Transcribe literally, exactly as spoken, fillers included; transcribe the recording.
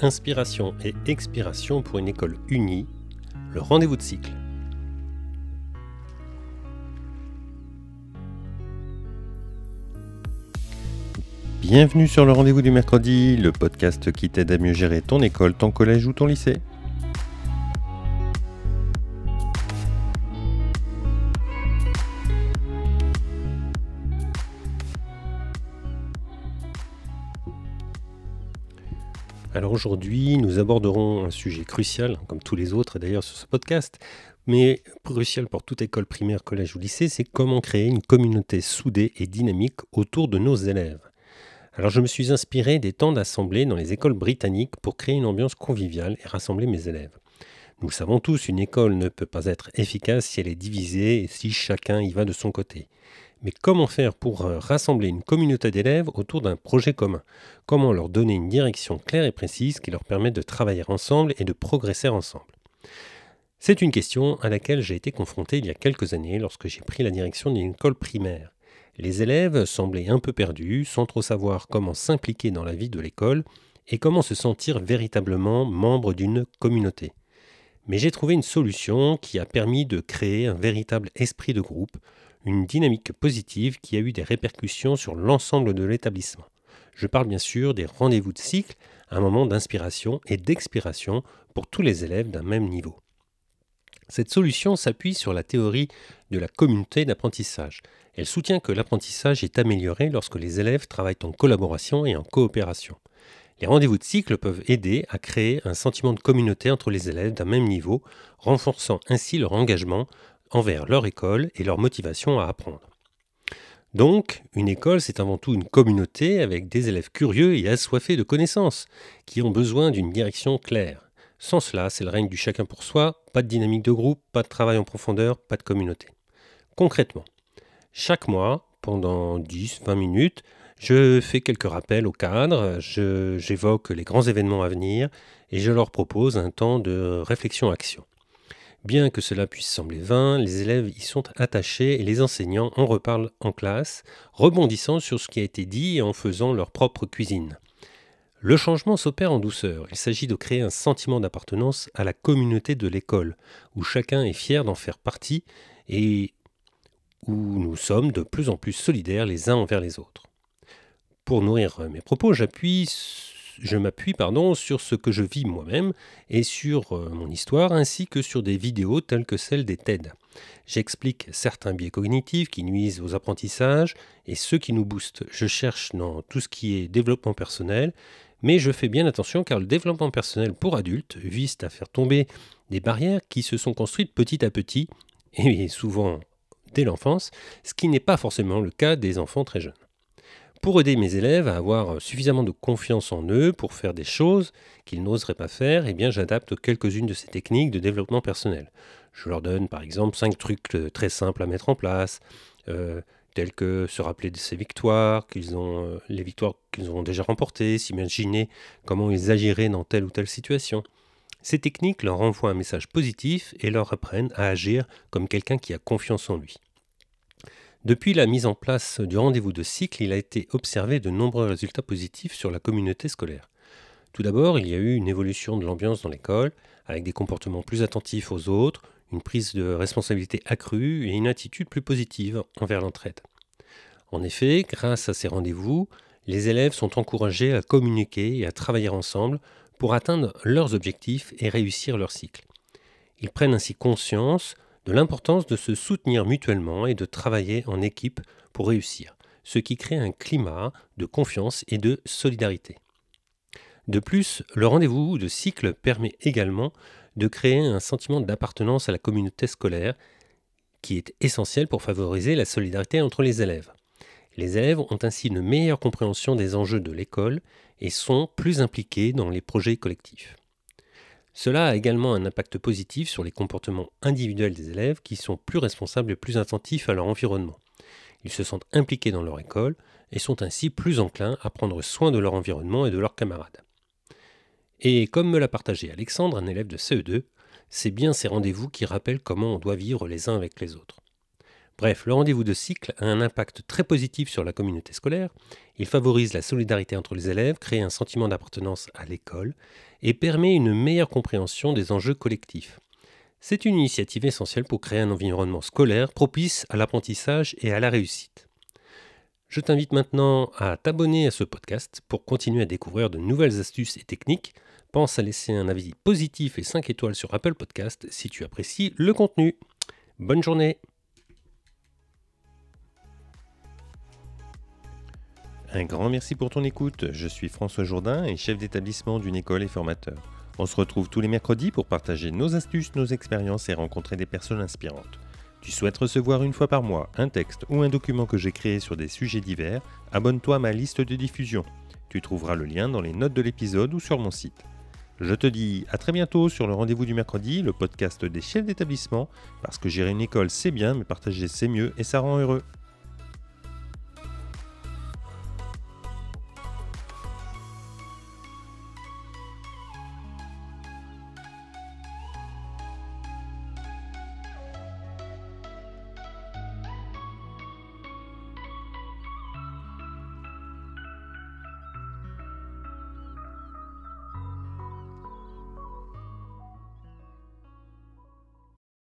inspiration et expiration pour une école unie, le rendez-vous de cycle. Bienvenue sur le rendez-vous du mercredi, le podcast qui t'aide à mieux gérer ton école, ton collège ou ton lycée. Alors aujourd'hui, nous aborderons un sujet crucial, comme tous les autres d'ailleurs sur ce podcast, mais crucial pour toute école primaire, collège ou lycée, c'est comment créer une communauté soudée et dynamique autour de nos élèves. Alors je me suis inspiré des temps d'assemblée dans les écoles britanniques pour créer une ambiance conviviale et rassembler mes élèves. Nous le savons tous, une école ne peut pas être efficace si elle est divisée et si chacun y va de son côté. Mais comment faire pour rassembler une communauté d'élèves autour d'un projet commun ? Comment leur donner une direction claire et précise qui leur permette de travailler ensemble et de progresser ensemble ? C'est une question à laquelle j'ai été confronté il y a quelques années lorsque j'ai pris la direction d'une école primaire. Les élèves semblaient un peu perdus, sans trop savoir comment s'impliquer dans la vie de l'école et comment se sentir véritablement membre d'une communauté. Mais j'ai trouvé une solution qui a permis de créer un véritable esprit de groupe, une dynamique positive qui a eu des répercussions sur l'ensemble de l'établissement. Je parle bien sûr des rendez-vous de cycle, un moment d'inspiration et d'expiration pour tous les élèves d'un même niveau. Cette solution s'appuie sur la théorie de la communauté d'apprentissage. Elle soutient que l'apprentissage est amélioré lorsque les élèves travaillent en collaboration et en coopération. Les rendez-vous de cycle peuvent aider à créer un sentiment de communauté entre les élèves d'un même niveau, renforçant ainsi leur engagement envers leur école et leur motivation à apprendre. Donc, une école, c'est avant tout une communauté avec des élèves curieux et assoiffés de connaissances, qui ont besoin d'une direction claire. Sans cela, c'est le règne du chacun pour soi, pas de dynamique de groupe, pas de travail en profondeur, pas de communauté. Concrètement, chaque mois, pendant dix à vingt minutes, je fais quelques rappels au cadre, je, j'évoque les grands événements à venir et je leur propose un temps de réflexion-action. Bien que cela puisse sembler vain, les élèves y sont attachés et les enseignants en reparlent en classe, rebondissant sur ce qui a été dit et en faisant leur propre cuisine. Le changement s'opère en douceur. Il s'agit de créer un sentiment d'appartenance à la communauté de l'école, où chacun est fier d'en faire partie et où nous sommes de plus en plus solidaires les uns envers les autres. Pour nourrir mes propos, j'appuie, je m'appuie pardon, sur ce que je vis moi-même et sur euh, mon histoire, ainsi que sur des vidéos telles que celle des TED. J'explique certains biais cognitifs qui nuisent aux apprentissages et ceux qui nous boostent. Je cherche dans tout ce qui est développement personnel, mais je fais bien attention car le développement personnel pour adultes vise à faire tomber des barrières qui se sont construites petit à petit, et souvent dès l'enfance, ce qui n'est pas forcément le cas des enfants très jeunes. Pour aider mes élèves à avoir suffisamment de confiance en eux pour faire des choses qu'ils n'oseraient pas faire, eh bien j'adapte quelques-unes de ces techniques de développement personnel. Je leur donne par exemple cinq trucs très simples à mettre en place, euh, tels que se rappeler de ses victoires, qu'ils ont, euh, les victoires qu'ils ont déjà remportées, s'imaginer comment ils agiraient dans telle ou telle situation. Ces techniques leur envoient un message positif et leur apprennent à agir comme quelqu'un qui a confiance en lui. Depuis la mise en place du rendez-vous de cycle, il a été observé de nombreux résultats positifs sur la communauté scolaire. Tout d'abord, il y a eu une évolution de l'ambiance dans l'école, avec des comportements plus attentifs aux autres, une prise de responsabilité accrue et une attitude plus positive envers l'entraide. En effet, grâce à ces rendez-vous, les élèves sont encouragés à communiquer et à travailler ensemble pour atteindre leurs objectifs et réussir leur cycle. Ils prennent ainsi conscience de l'importance de se soutenir mutuellement et de travailler en équipe pour réussir, ce qui crée un climat de confiance et de solidarité. De plus, le rendez-vous de cycle permet également de créer un sentiment d'appartenance à la communauté scolaire qui est essentiel pour favoriser la solidarité entre les élèves. Les élèves ont ainsi une meilleure compréhension des enjeux de l'école et sont plus impliqués dans les projets collectifs. Cela a également un impact positif sur les comportements individuels des élèves qui sont plus responsables et plus attentifs à leur environnement. Ils se sentent impliqués dans leur école et sont ainsi plus enclins à prendre soin de leur environnement et de leurs camarades. Et comme me l'a partagé Alexandre, un élève de C E deux, c'est bien ces rendez-vous qui rappellent comment on doit vivre les uns avec les autres. Bref, le rendez-vous de cycle a un impact très positif sur la communauté scolaire. Il favorise la solidarité entre les élèves, crée un sentiment d'appartenance à l'école et permet une meilleure compréhension des enjeux collectifs. C'est une initiative essentielle pour créer un environnement scolaire propice à l'apprentissage et à la réussite. Je t'invite maintenant à t'abonner à ce podcast pour continuer à découvrir de nouvelles astuces et techniques. Pense à laisser un avis positif et cinq étoiles sur Apple Podcast si tu apprécies le contenu. Bonne journée! Un grand merci pour ton écoute. Je suis François Jourdain et chef d'établissement d'une école et formateur. On se retrouve tous les mercredis pour partager nos astuces, nos expériences et rencontrer des personnes inspirantes. Tu souhaites recevoir une fois par mois un texte ou un document que j'ai créé sur des sujets divers? Abonne-toi à ma liste de diffusion. Tu trouveras le lien dans les notes de l'épisode ou sur mon site. Je te dis à très bientôt sur le rendez-vous du mercredi, le podcast des chefs d'établissement, parce que gérer une école c'est bien, mais partager c'est mieux et ça rend heureux.